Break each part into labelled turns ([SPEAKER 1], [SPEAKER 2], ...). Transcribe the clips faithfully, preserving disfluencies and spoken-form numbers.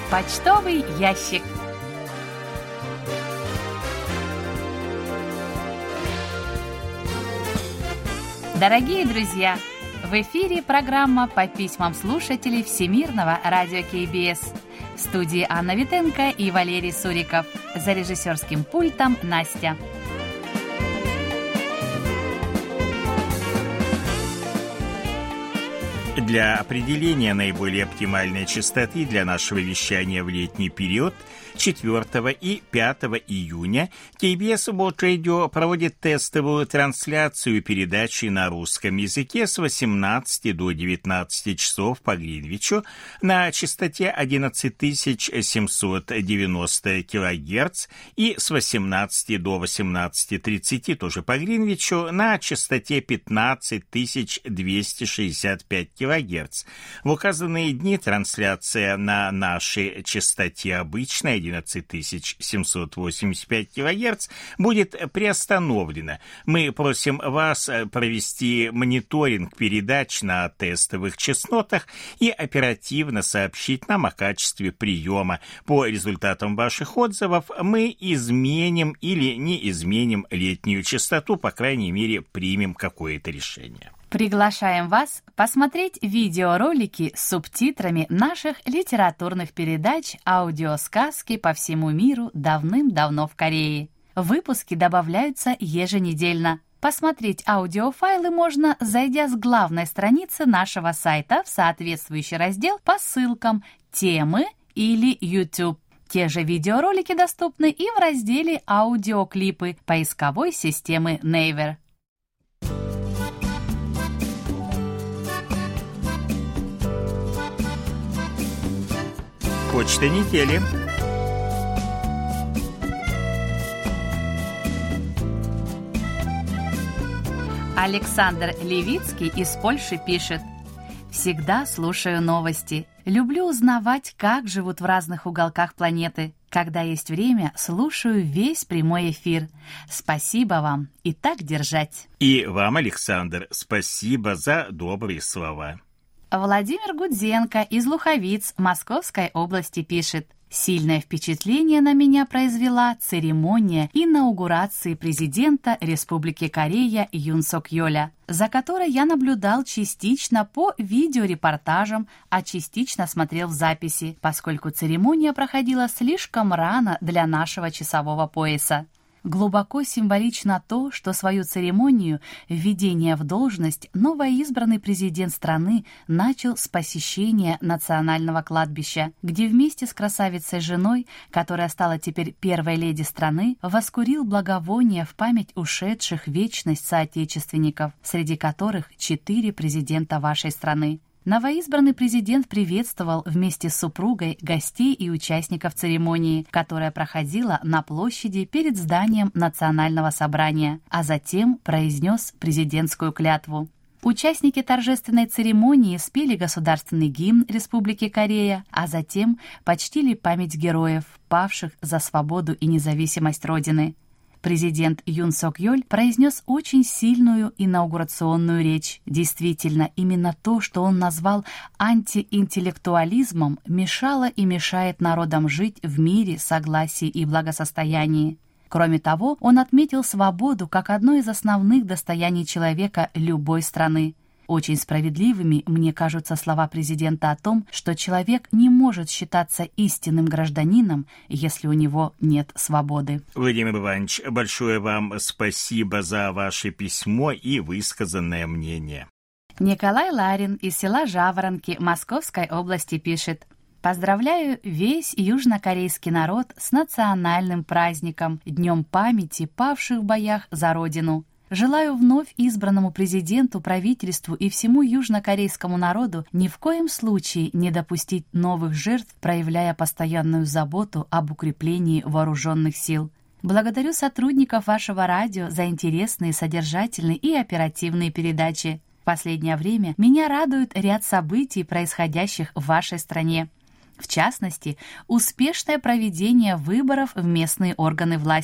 [SPEAKER 1] Почтовый ящик. Дорогие друзья, в эфире программа по письмам слушателей Всемирного радио кей би эс. В студии Анна Витенко и Валерий Суриков. За режиссерским пультом Настя.
[SPEAKER 2] Для определения наиболее оптимальной частоты для нашего вещания в летний период четвёртого и пятого июня кей би эс World Radio проводит тестовую трансляцию передачи на русском языке с восемнадцати до девятнадцати часов по Гринвичу на частоте одиннадцать тысяч семьсот девяносто килогерц и с восемнадцати до восемнадцати тридцати тоже по Гринвичу на частоте пятнадцать тысяч двести шестьдесят пять килогерц. В указанные дни трансляция на нашей частоте обычной одиннадцать тысяч семьсот восемьдесят пять килогерц будет приостановлена. Мы просим вас провести мониторинг передач на тестовых частотах и оперативно сообщить нам о качестве приема. По результатам ваших отзывов мы изменим или не изменим летнюю частоту, по крайней мере, примем какое-то решение.
[SPEAKER 1] Приглашаем вас посмотреть видеоролики с субтитрами наших литературных передач «Аудиосказки по всему миру давным-давно в Корее». Выпуски добавляются еженедельно. Посмотреть аудиофайлы можно, зайдя с главной страницы нашего сайта в соответствующий раздел по ссылкам «Темы» или «YouTube». Те же видеоролики доступны и в разделе «Аудиоклипы» поисковой системы Naver.
[SPEAKER 2] Почта недели.
[SPEAKER 1] Александр Левицкий из Польши пишет: «Всегда слушаю новости. Люблю узнавать, как живут в разных уголках планеты. Когда есть время, слушаю весь прямой эфир. Спасибо вам и так держать».
[SPEAKER 2] И вам, Александр, спасибо за добрые слова.
[SPEAKER 1] Владимир Гудзенко из Луховиц Московской области пишет: «Сильное впечатление на меня произвела церемония инаугурации президента Республики Корея Юн Сок Йоля, за которой я наблюдал частично по видеорепортажам, а частично смотрел в записи, поскольку церемония проходила слишком рано для нашего часового пояса. Глубоко символично то, что свою церемонию введения в должность новоизбранный президент страны начал с посещения национального кладбища, где вместе с красавицей-женой, которая стала теперь первой леди страны, воскурил благовония в память ушедших в вечность соотечественников, среди которых четыре президента вашей страны. Новоизбранный президент приветствовал вместе с супругой гостей и участников церемонии, которая проходила на площади перед зданием Национального собрания, а затем произнес президентскую клятву. Участники торжественной церемонии спели государственный гимн Республики Корея, а затем почтили память героев, павших за свободу и независимость Родины. Президент Юн Сок Йоль произнес очень сильную инаугурационную речь. Действительно, именно то, что он назвал антиинтеллектуализмом, мешало и мешает народам жить в мире, согласии и благосостоянии. Кроме того, он отметил свободу как одно из основных достояний человека любой страны. Очень справедливыми мне кажутся слова президента о том, что человек не может считаться истинным гражданином, если у него нет свободы.
[SPEAKER 2] Владимир Иванович, большое вам спасибо за ваше письмо и высказанное мнение.
[SPEAKER 1] Николай Ларин из села Жаворонки Московской области пишет: «Поздравляю весь южнокорейский народ с национальным праздником, Днем памяти павших в боях за Родину. Желаю вновь избранному президенту, правительству и всему южнокорейскому народу ни в коем случае не допустить новых жертв, проявляя постоянную заботу об укреплении вооруженных сил. Благодарю сотрудников вашего радио за интересные, содержательные и оперативные передачи. В последнее время меня радует ряд событий, происходящих в вашей стране. В частности, успешное проведение выборов в местные органы власти.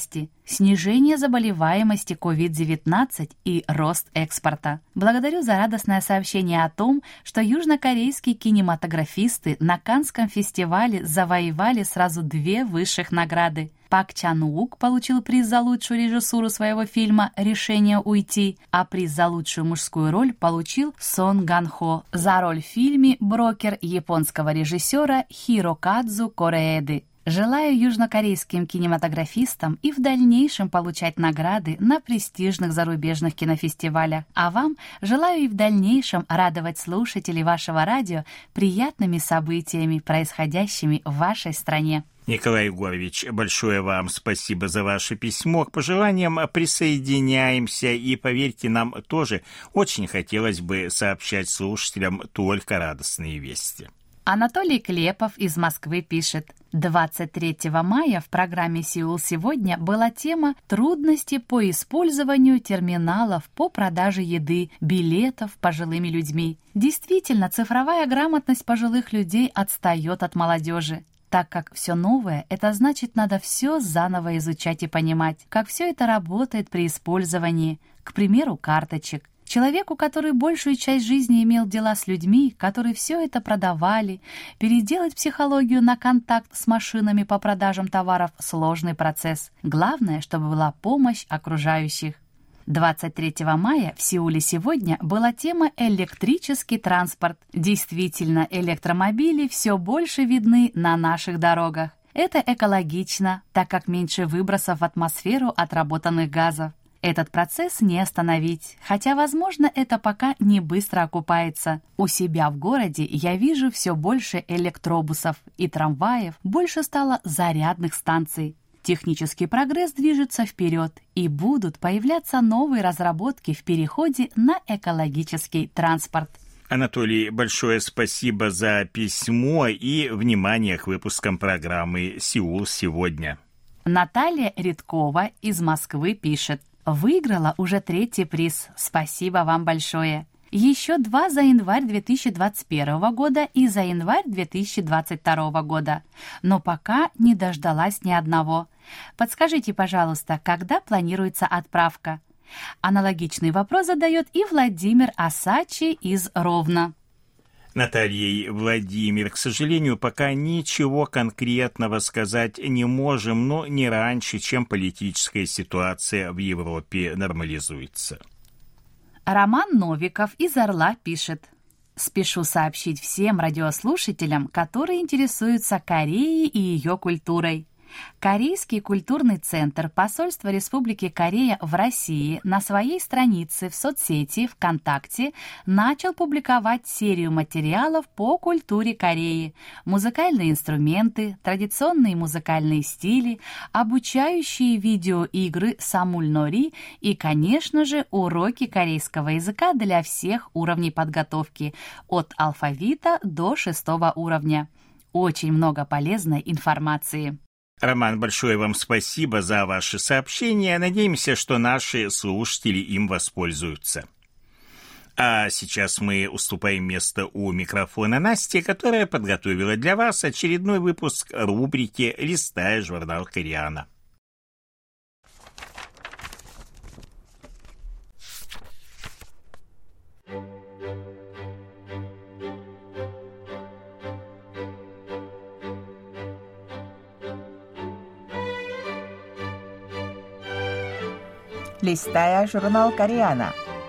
[SPEAKER 1] снижение заболеваемости ковид девятнадцать и рост экспорта. Благодарю за радостное сообщение о том, что южнокорейские кинематографисты на Каннском фестивале завоевали сразу две высших награды. Пак Чан Ук получил приз за лучшую режиссуру своего фильма «Решение уйти», а приз за лучшую мужскую роль получил Сон Ган Хо за роль в фильме «Брокер» японского режиссера Хирокадзу Кореэды. Желаю южнокорейским кинематографистам и в дальнейшем получать награды на престижных зарубежных кинофестивалях, а вам желаю и в дальнейшем радовать слушателей вашего радио приятными событиями, происходящими в вашей стране.
[SPEAKER 2] Николай Егорович, большое вам спасибо за ваше письмо. К пожеланиям присоединяемся, и, поверьте, нам тоже очень хотелось бы сообщать слушателям только радостные вести.
[SPEAKER 1] Анатолий Клепов из Москвы пишет: двадцать третьего мая в программе «Сеул сегодня» была тема «Трудности по использованию терминалов по продаже еды, билетов пожилыми людьми». Действительно, цифровая грамотность пожилых людей отстает от молодежи. Так как все новое, это значит, надо все заново изучать и понимать, как все это работает при использовании, к примеру, карточек. Человеку, который большую часть жизни имел дела с людьми, которые все это продавали, переделать психологию на контакт с машинами по продажам товаров – сложный процесс. Главное, чтобы была помощь окружающих. двадцать третьего мая в Сеуле сегодня была тема «Электрический транспорт». Действительно, электромобили все больше видны на наших дорогах. Это экологично, так как меньше выбросов в атмосферу отработанных газов. Этот процесс не остановить, хотя, возможно, это пока не быстро окупается. У себя в городе я вижу все больше электробусов и трамваев, больше стало зарядных станций. Технический прогресс движется вперед, и будут появляться новые разработки в переходе на экологический транспорт.
[SPEAKER 2] Анатолий, большое спасибо за письмо и внимание к выпускам программы «Сеул сегодня».
[SPEAKER 1] Наталья Редкова из Москвы пишет: выиграла уже третий приз. Спасибо вам большое. Еще два за январь две тысячи двадцать первого года и за январь две тысячи двадцать второго года. Но пока не дождалась ни одного. Подскажите, пожалуйста, когда планируется отправка? Аналогичный вопрос задает и Владимир Асачи из Ровно.
[SPEAKER 2] Наталья, Владимир, к сожалению, пока ничего конкретного сказать не можем, но не раньше, чем политическая ситуация в Европе нормализуется.
[SPEAKER 1] Роман Новиков из Орла пишет: спешу сообщить всем радиослушателям, которые интересуются Кореей и ее культурой. Корейский культурный центр посольства Республики Корея в России на своей странице в соцсети ВКонтакте начал публиковать серию материалов по культуре Кореи, музыкальные инструменты, традиционные музыкальные стили, обучающие видеоигры Самуль-Нори и, конечно же, уроки корейского языка для всех уровней подготовки, от алфавита до шестого уровня. Очень много полезной информации.
[SPEAKER 2] Роман, большое вам спасибо за ваши сообщения. Надеемся, что наши слушатели им воспользуются. А сейчас мы уступаем место у микрофона Насте, которая подготовила для вас очередной выпуск рубрики «Листая журнал Кореана».
[SPEAKER 3] Листая журнал Кореана.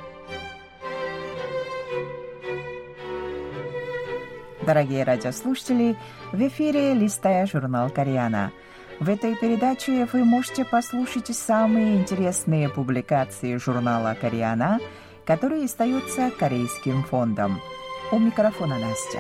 [SPEAKER 3] Дорогие радиослушатели, в эфире «Листая журнал Кореана». В этой передаче вы можете послушать самые интересные публикации журнала Кореана, которые издаются Корейским фондом. У микрофона Настя.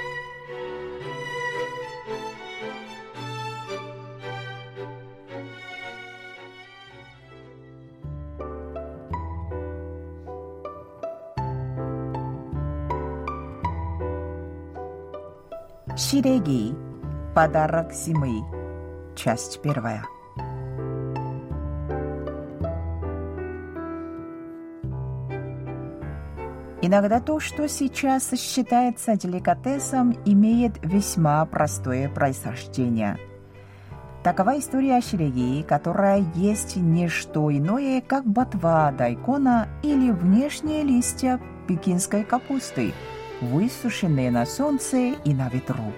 [SPEAKER 3] Ширеги. Подарок зимы. Часть первая. Иногда то, что сейчас считается деликатесом, имеет весьма простое происхождение. Такова история ширеги, которая есть не что иное, как ботва дайкона или внешние листья пекинской капусты, высушенные на солнце и на ветру.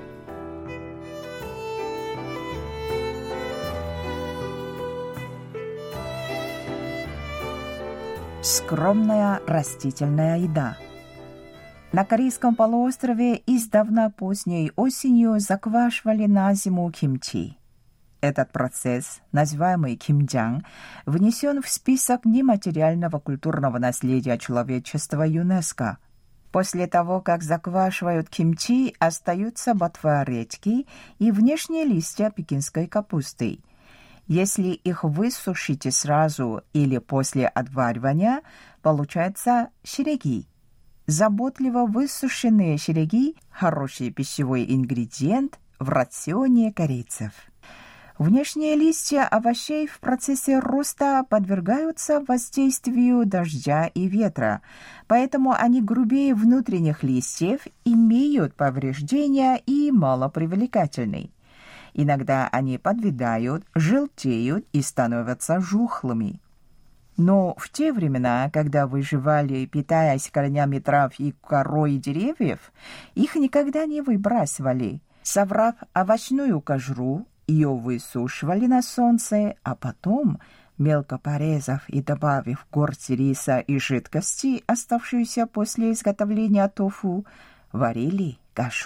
[SPEAKER 3] Скромная растительная еда. На Корейском полуострове издавна поздней осенью заквашивали на зиму кимчи. Этот процесс, называемый кимджан, внесен в список нематериального культурного наследия человечества ЮНЕСКО. После того, как заквашивают кимчи, остаются ботва редьки и внешние листья пекинской капусты. Если их высушите сразу или после отваривания, получается ширеги. Заботливо высушенные ширеги – хороший пищевой ингредиент в рационе корейцев. Внешние листья овощей в процессе роста подвергаются воздействию дождя и ветра, поэтому они грубее внутренних листьев, имеют повреждения и малопривлекательны. Иногда они подвядают, желтеют и становятся жухлыми. Но в те времена, когда выживали, питаясь корнями трав и корой деревьев, их никогда не выбрасывали. Собрав овощную кожуру, ее высушивали на солнце, а потом, мелко порезав и добавив горсть риса и жидкости, оставшуюся после изготовления тофу, варили кашу.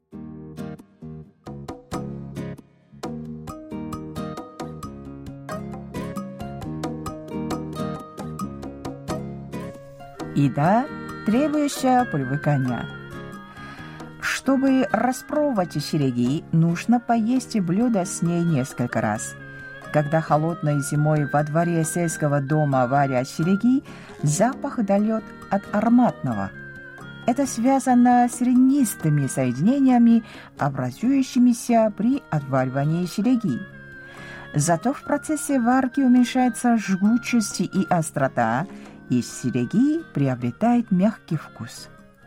[SPEAKER 3] Еда, требующая привыкания. Чтобы распробовать ширеги, нужно поесть блюдо с ней несколько раз. Когда холодной зимой во дворе сельского дома варят ширеги, запах дает от ароматного. Это связано с ренистыми соединениями, образующимися при отваривании ширеги. Зато в процессе варки уменьшается жгучесть и острота, и ширеги приобретает мягкий вкус.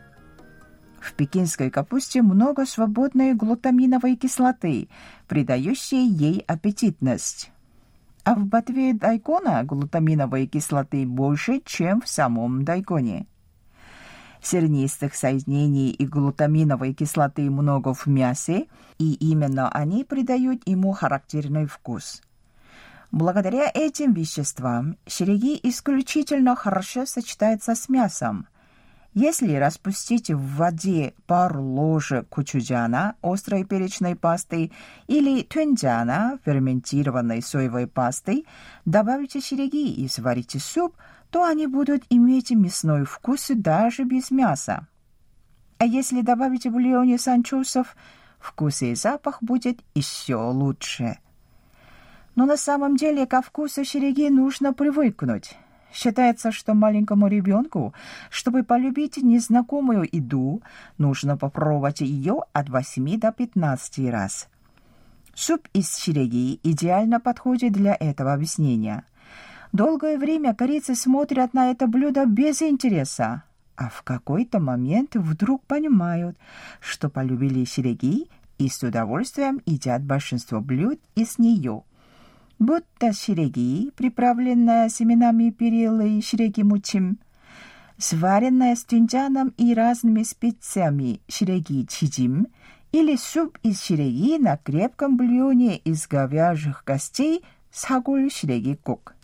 [SPEAKER 3] В пекинской капусте много свободной глутаминовой кислоты, придающей ей аппетитность. А в ботве дайкона глутаминовой кислоты больше, чем в самом дайконе. Сернистых соединений и глутаминовой кислоты много в мясе, и именно они придают ему характерный вкус. Благодаря этим веществам ширеги исключительно хорошо сочетаются с мясом. Если распустить в воде пару ложек кочуджана, острой перечной пасты, или тюнджана, ферментированной соевой пасты, добавите ширеги и сварите суп, то они будут иметь мясной вкус даже без мяса. А если добавите в бульоне с анчоусов, вкус и запах будет еще лучше. Но на самом деле ко вкусу ширеги нужно привыкнуть. Считается, что маленькому ребенку, чтобы полюбить незнакомую еду, нужно попробовать ее от восьми до пятнадцати раз. Суп из ширеги идеально подходит для этого объяснения. Долгое время корейцы смотрят на это блюдо без интереса, а в какой-то момент вдруг понимают, что полюбили ширеги и с удовольствием едят большинство блюд из нее. Будто ширеги, приправленная семенами перилы ширеги мучим, сваренная с тюнджаном и разными специями ширеги чижим, или суп из ширеги на крепком бульоне из говяжьих костей сагуль ширеги кук.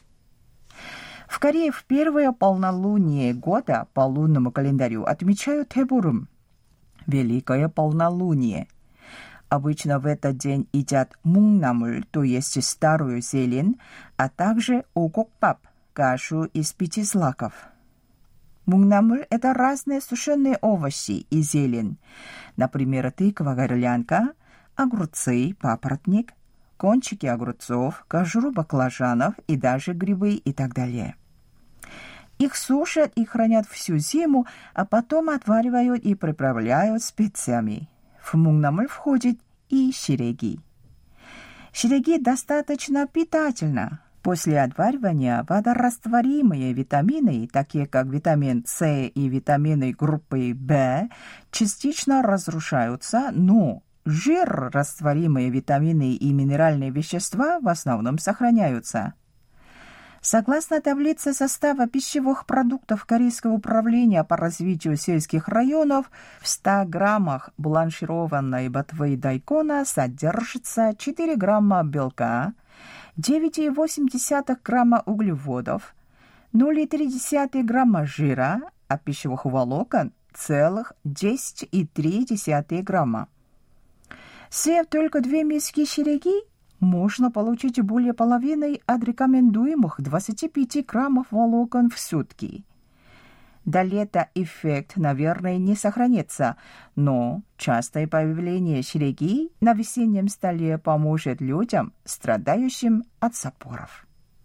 [SPEAKER 3] В Корее в первое полнолуние года по лунному календарю отмечают Тэбурум, Великое полнолуние. Обычно в этот день едят мукнамуль, то есть старую зелень, а также ококпап, кашу из пяти злаков. Мукнамуль – это разные сушеные овощи и зелень, например, тыква-горлянка, огурцы, папоротник, кончики огурцов, кожуру баклажанов и даже грибы и так далее. Их сушат и хранят всю зиму, а потом отваривают и приправляют специями. В мукнамуль входит и ширеги. Ширеги достаточно питательны. После отваривания водорастворимые витамины, такие как витамин С и витамины группы В, частично разрушаются, но жир, растворимые витамины и минеральные вещества в основном сохраняются. Согласно таблице состава пищевых продуктов Корейского управления по развитию сельских районов, в ста граммах бланшированной ботвы дайкона содержится четыре грамма белка, девять целых восемь десятых грамма углеводов, ноль целых три десятых грамма жира, а пищевых волокон целых десять целых три десятых грамма. Съев только две миски шереги, можно получить более половины от рекомендуемых двадцати пяти граммов волокон в сутки. До лета эффект, наверное, не сохранится, но частое появление шереги на весеннем столе поможет людям, страдающим от запоров.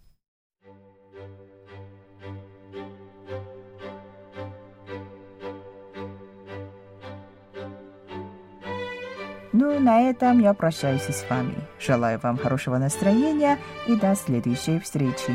[SPEAKER 3] Ну, на этом я прощаюсь с вами. Желаю вам хорошего настроения и до следующей встречи.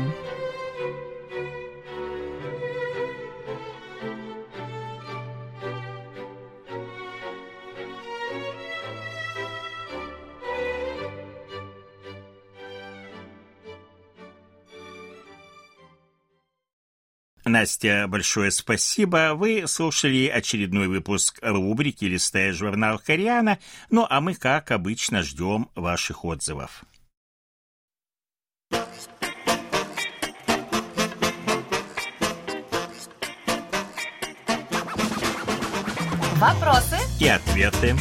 [SPEAKER 2] Настя, большое спасибо. Вы слушали очередной выпуск рубрики «Листая журнал Кореяна». Ну, а мы, как обычно, ждем ваших отзывов.
[SPEAKER 1] Вопросы
[SPEAKER 2] и ответы.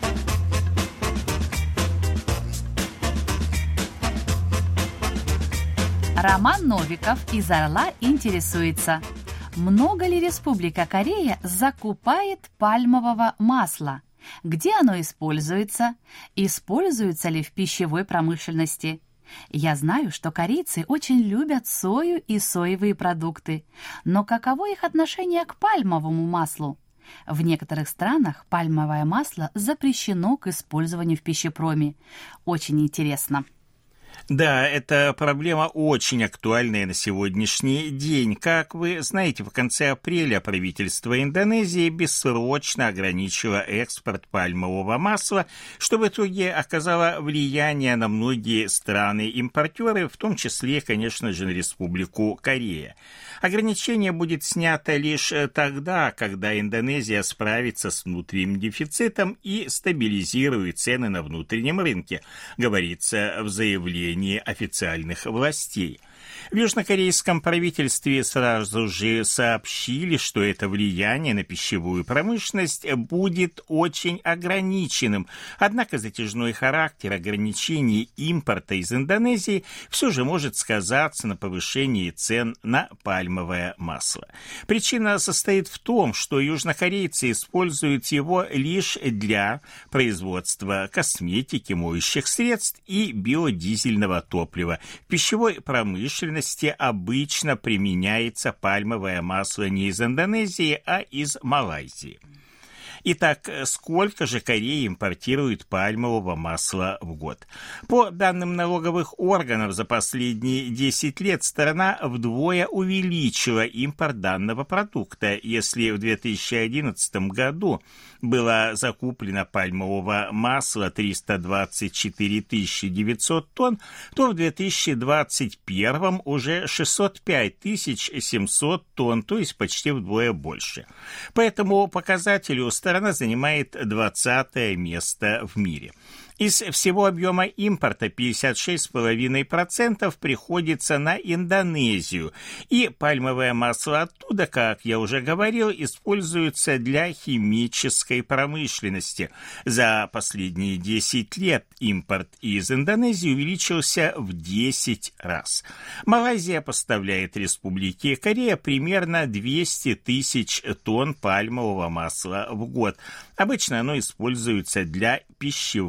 [SPEAKER 1] Роман Новиков из Орла интересуется, много ли Республика Корея закупает пальмового масла? Где оно используется? Используется ли в пищевой промышленности? Я знаю, что корейцы очень любят сою и соевые продукты, но каково их отношение к пальмовому маслу? В некоторых странах пальмовое масло запрещено к использованию в пищепроме. Очень интересно.
[SPEAKER 2] Да, эта проблема очень актуальная на сегодняшний день. Как вы знаете, в конце апреля правительство Индонезии бессрочно ограничило экспорт пальмового масла, что в итоге оказало влияние на многие страны-импортеры, в том числе, конечно же, на Республику Корея. Ограничение будет снято лишь тогда, когда Индонезия справится с внутренним дефицитом и стабилизирует цены на внутреннем рынке, говорится в заявлении официальных властей. В южнокорейском правительстве сразу же сообщили, что это влияние на пищевую промышленность будет очень ограниченным. Однако затяжной характер ограничений импорта из Индонезии все же может сказаться на повышении цен на пальмовое масло. Причина состоит в том, что южнокорейцы используют его лишь для производства косметики, моющих средств и биодизельного топлива. В пищевой промышленности обычно применяется пальмовое масло не из Индонезии, а из Малайзии. Итак, сколько же Корея импортирует пальмового масла в год? По данным налоговых органов, за последние десять лет страна вдвое увеличила импорт данного продукта. Если в две тысячи одиннадцатом году было закуплено пальмового масла триста двадцать четыре тысячи девятьсот тонн, то в две тысячи двадцать первом уже шестьсот пять тысяч семьсот тонн, то есть почти вдвое больше. По этому показателю страна занимает двадцатое место в мире. Из всего объема импорта пятьдесят шесть целых пять десятых процента приходится на Индонезию, и пальмовое масло оттуда, как я уже говорил, используется для химической промышленности. За последние десять лет импорт из Индонезии увеличился в десять раз. Малайзия поставляет Республике Корея примерно двести тысяч тонн пальмового масла в год. Обычно оно используется для пищевых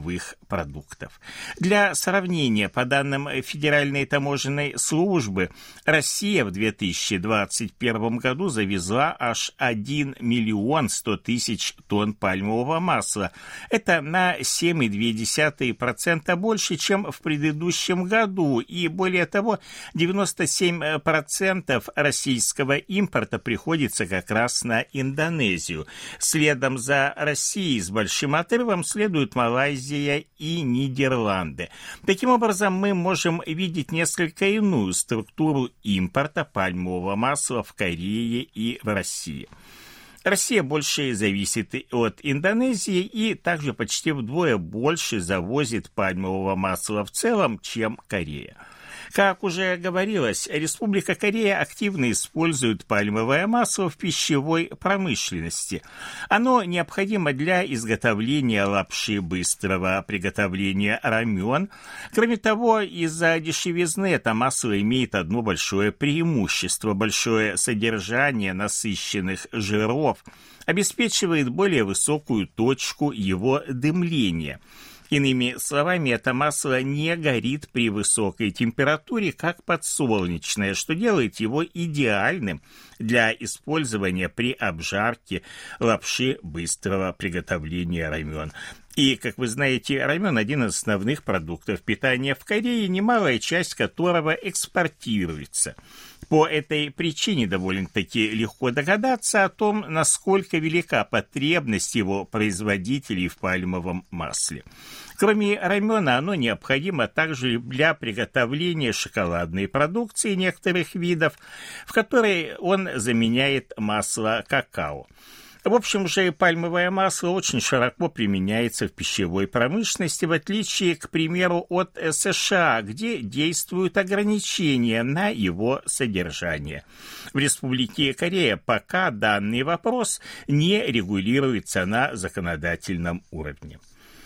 [SPEAKER 2] продуктов. Для сравнения, по данным Федеральной таможенной службы, Россия в две тысячи двадцать первом году завезла аж один миллион сто тысяч тонн пальмового масла. Это на семь целых две десятых процента больше, чем в предыдущем году, и более того, девяносто семь процентов российского импорта приходится как раз на Индонезию. Следом за Россией с большим отрывом следуют Малайзия и Нидерланды. Таким образом, мы можем видеть несколько иную структуру импорта пальмового масла в Корее и в России. Россия больше зависит от Индонезии и также почти вдвое больше завозит пальмового масла в целом, чем Корея. Как уже говорилось, Республика Корея активно использует пальмовое масло в пищевой промышленности. Оно необходимо для изготовления лапши быстрого приготовления рамен. Кроме того, из-за дешевизны это масло имеет одно большое преимущество – большое содержание насыщенных жиров, обеспечивает более высокую точку его дымления. Иными словами, это масло не горит при высокой температуре, как подсолнечное, что делает его идеальным для использования при обжарке лапши быстрого приготовления рамен. И, как вы знаете, рамен – один из основных продуктов питания в Корее, немалая часть которого экспортируется. По этой причине довольно-таки легко догадаться о том, насколько велика потребность его производителей в пальмовом масле. Кроме рамена, оно необходимо также для приготовления шоколадной продукции некоторых видов, в которой он заменяет масло какао. В общем же, пальмовое масло очень широко применяется в пищевой промышленности, в отличие, к примеру, от США, где действуют ограничения на его содержание. В Республике Корея пока данный вопрос не регулируется на законодательном уровне.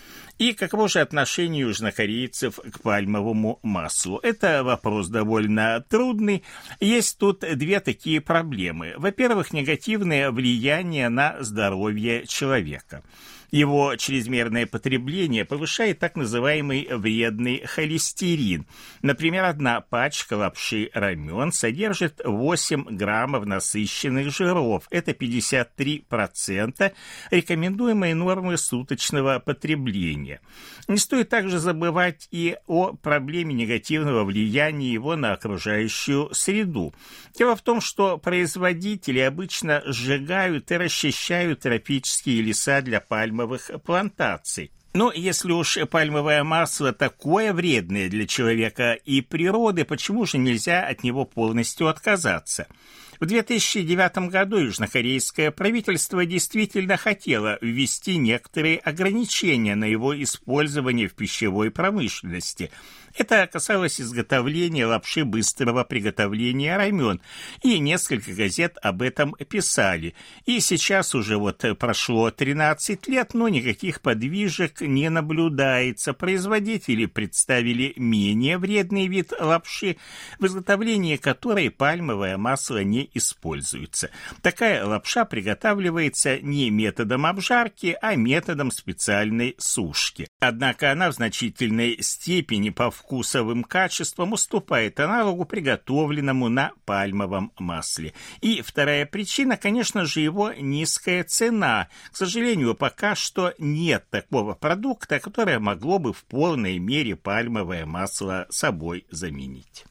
[SPEAKER 2] И каково же отношение южнокорейцев к пальмовому маслу? Это вопрос довольно трудный. Есть тут две такие проблемы. Во-первых, негативное влияние на здоровье человека. Его чрезмерное потребление повышает так называемый вредный холестерин. Например, одна пачка лапши рамен содержит восемь граммов насыщенных жиров. Это пятьдесят три процента рекомендуемой нормы суточного потребления. Не стоит также забывать и о проблеме негативного влияния его на окружающую среду. Дело в том, что производители обычно сжигают и расчищают тропические леса для пальмовых плантаций. Но если уж пальмовое масло такое вредное для человека и природы, почему же нельзя от него полностью отказаться? В две тысячи девятом году южнокорейское правительство действительно хотело ввести некоторые ограничения на его использование в пищевой промышленности. Это касалось изготовления лапши быстрого приготовления рамен, и несколько газет об этом писали. И сейчас уже вот прошло тринадцать лет, но никаких подвижек не наблюдается. Производители представили менее вредный вид лапши, в изготовлении которой пальмовое масло не используется. Такая лапша приготавливается не методом обжарки, а методом специальной сушки. Однако она в значительной степени по вкусовым качествам уступает аналогу, приготовленному на пальмовом масле. И вторая причина, конечно же, его низкая цена. К сожалению, пока что нет такого продукта, которое могло бы в полной мере пальмовое масло собой заменить.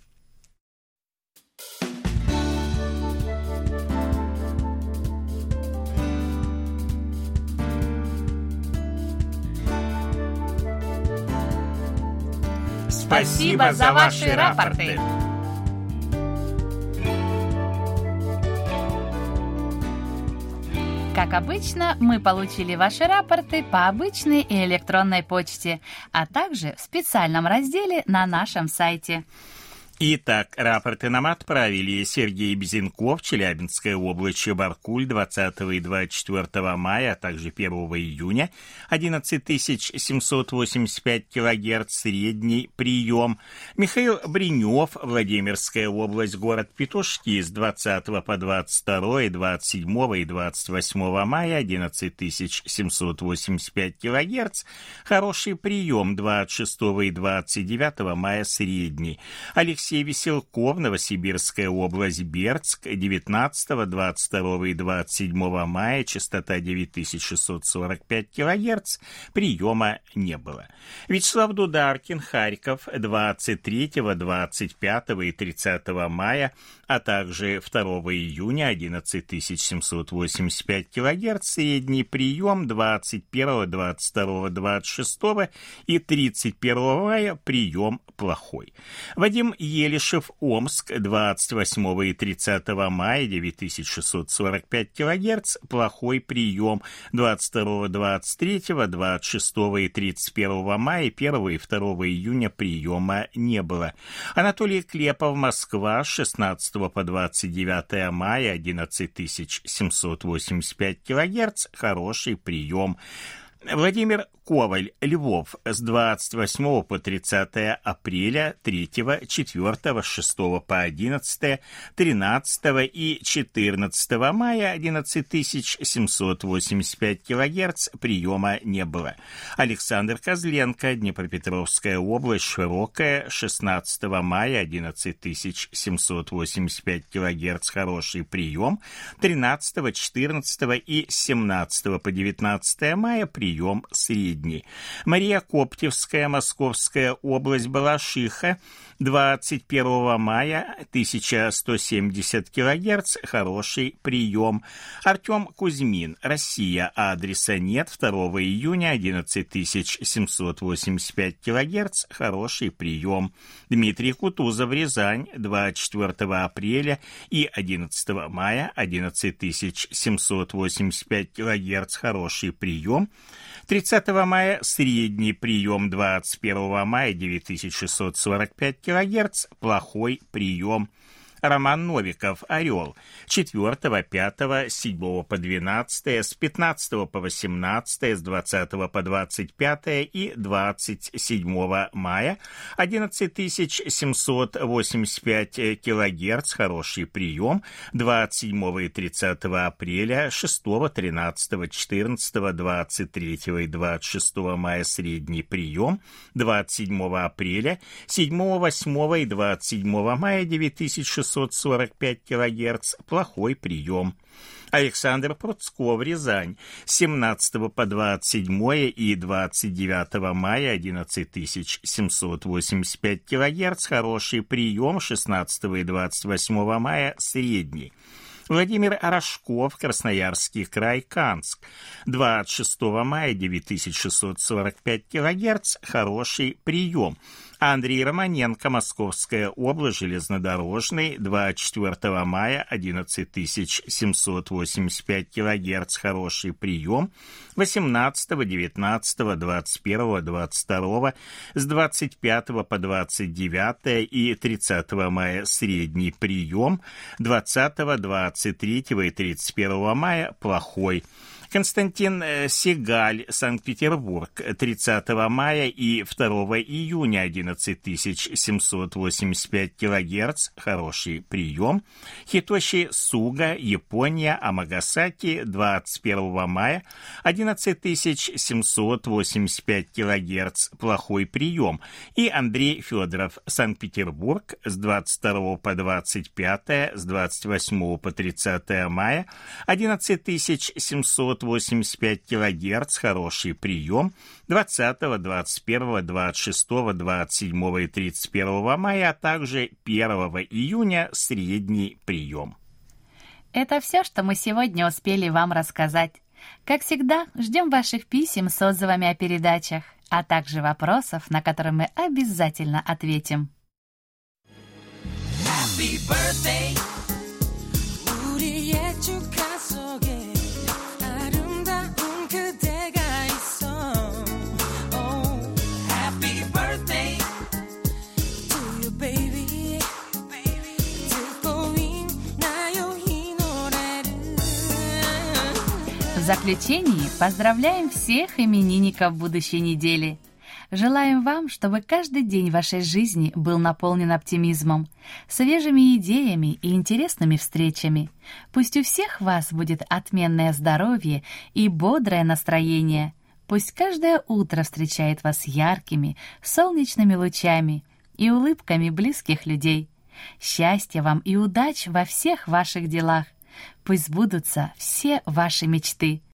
[SPEAKER 1] Спасибо за ваши рапорты. Как обычно, мы получили ваши рапорты по обычной и электронной почте, а также в специальном разделе на нашем сайте.
[SPEAKER 2] Итак, рапорты нам отправили Сергей Безенков, Челябинская область, Чебаркуль, двадцатого и двадцать четвёртого мая, а также первого июня, одиннадцать тысяч семьсот восемьдесят пять килогерц, средний прием. Михаил Бринев, Владимирская область, город Петушки, с двадцатого по двадцать второе, двадцать седьмого и двадцать восьмого мая, одиннадцать тысяч семьсот восемьдесят пять килогерц, хороший прием, двадцать шестого и двадцать девятого мая, средний. Алексей Веселков, Новосибирская область, Бердск, девятнадцатого, двадцать второго и двадцать седьмого мая, частота девять тысяч шестьсот сорок пять килогерц, приема не было. Вячеслав Дударкин, Харьков, двадцать третьего, двадцать пятого и тридцатого мая, а также второго июня, одиннадцать тысяч семьсот восемьдесят пять килогерц, средний прием, двадцать первого, двадцать второго, двадцать шестого и тридцать первого мая, прием плохой. Вадим Елишев, Омск, двадцать восьмого и тридцатого мая, девять тысяч шестьсот сорок пять килогерц, плохой прием, двадцать второго, двадцать третьего, двадцать шестого и тридцать первого мая, первого и второго июня приема не было. Анатолий Клепов, Москва, шестнадцатого по двадцать девятое мая, одиннадцать тысяч семьсот восемьдесят пять килогерц, хороший прием. Владимир Коваль, Львов, с двадцать восьмого по тридцатое апреля, третьего, четвёртого, шестого по одиннадцатое, тринадцатого и четырнадцатого мая, одиннадцать тысяч семьсот восемьдесят пять килогерц, приема не было. Александр Козленко, Днепропетровская область, Широкая, шестнадцатого мая, одиннадцать тысяч семьсот восемьдесят пять килогерц, хороший прием, тринадцатого, четырнадцатого и семнадцатого по девятнадцатое мая, прием средний. Мария Коптевская, Московская область, Балашиха, двадцать первого мая, тысяча сто семьдесят килогерц, хороший прием. Артем Кузьмин, Россия, адреса нет, второго июня, одиннадцать тысяч семьсот восемьдесят пять килогерц, хороший прием. Дмитрий Кутузов, Рязань, двадцать четвёртого апреля и одиннадцатого мая, одиннадцать тысяч семьсот восемьдесят пять килогерц, хороший прием. тридцатого мая, средний прием, двадцать первого мая, девять тысяч шестьсот сорок пять килогерц, плохой прием. Роман Новиков, Орел, четвёртого, пятого, седьмого по двенадцатое, с пятнадцатого по восемнадцатое, с двадцатого по двадцать пятое и двадцать седьмого мая, одиннадцать тысяч семьсот восемьдесят пять килогерц, хороший прием, двадцать седьмого и тридцатого апреля, шестого, тринадцатого, четырнадцатого, двадцать третьего и двадцать шестого мая, средний прием, двадцать седьмого апреля, седьмого, восьмого и двадцать седьмого мая, девять тысяч шестьсот сорок пять килогерц, плохой прием. Александр Пруцков, Рязань, с семнадцатого по двадцать седьмое и двадцать девятого мая, одиннадцать тысяч семьсот восемьдесят пять килогерц, хороший прием, шестнадцатого и двадцать восьмого мая, средний. Владимир Рожков, Красноярский край, Канск, двадцать шестого мая, девять тысяч шестьсот сорок пять килогерц, хороший прием. Андрей Романенко, Московская область, железнодорожный, двадцать четвёртого мая, одиннадцать тысяч семьсот восемьдесят пять килогерц, хороший прием. восемнадцатого, девятнадцатого, двадцать первого, двадцать второго, с двадцать пятого по двадцать девятое и тридцатого мая, средний прием. двадцатого, двадцать третьего и тридцать первого мая, плохой. Константин Сигаль, Санкт-Петербург, тридцатого мая и второго июня, одиннадцать тысяч семьсот восемьдесят пять килогерц, хороший прием. Хитоши Суга, Япония, Амагасаки, двадцать первого мая, одиннадцать тысяч семьсот восемьдесят пять килогерц, плохой прием. И Андрей Федоров, Санкт-Петербург, с двадцать второго по двадцать пятое, с двадцать восьмого по тридцатое мая, одиннадцать тысяч семьсот восемьдесят пять килогерц, хороший прием. двадцатого, двадцать первого, двадцать шестого, двадцать седьмого и тридцать первого мая, а также первого июня, средний прием.
[SPEAKER 1] Это все, что мы сегодня успели вам рассказать. Как всегда, ждем ваших писем с отзывами о передачах, а также вопросов, на которые мы обязательно ответим. Happy birthday, 우리의 축하 속에 아름다운 그대가 있어. Oh, happy birthday to you, baby. заключении поздравляем всех именинников будущей недели. Желаем вам, чтобы каждый день вашей жизни был наполнен оптимизмом, свежими идеями и интересными встречами. Пусть у всех вас будет отменное здоровье и бодрое настроение. Пусть каждое утро встречает вас яркими, солнечными лучами и улыбками близких людей. Счастья вам и удач во всех ваших делах. Пусть сбудутся все ваши мечты.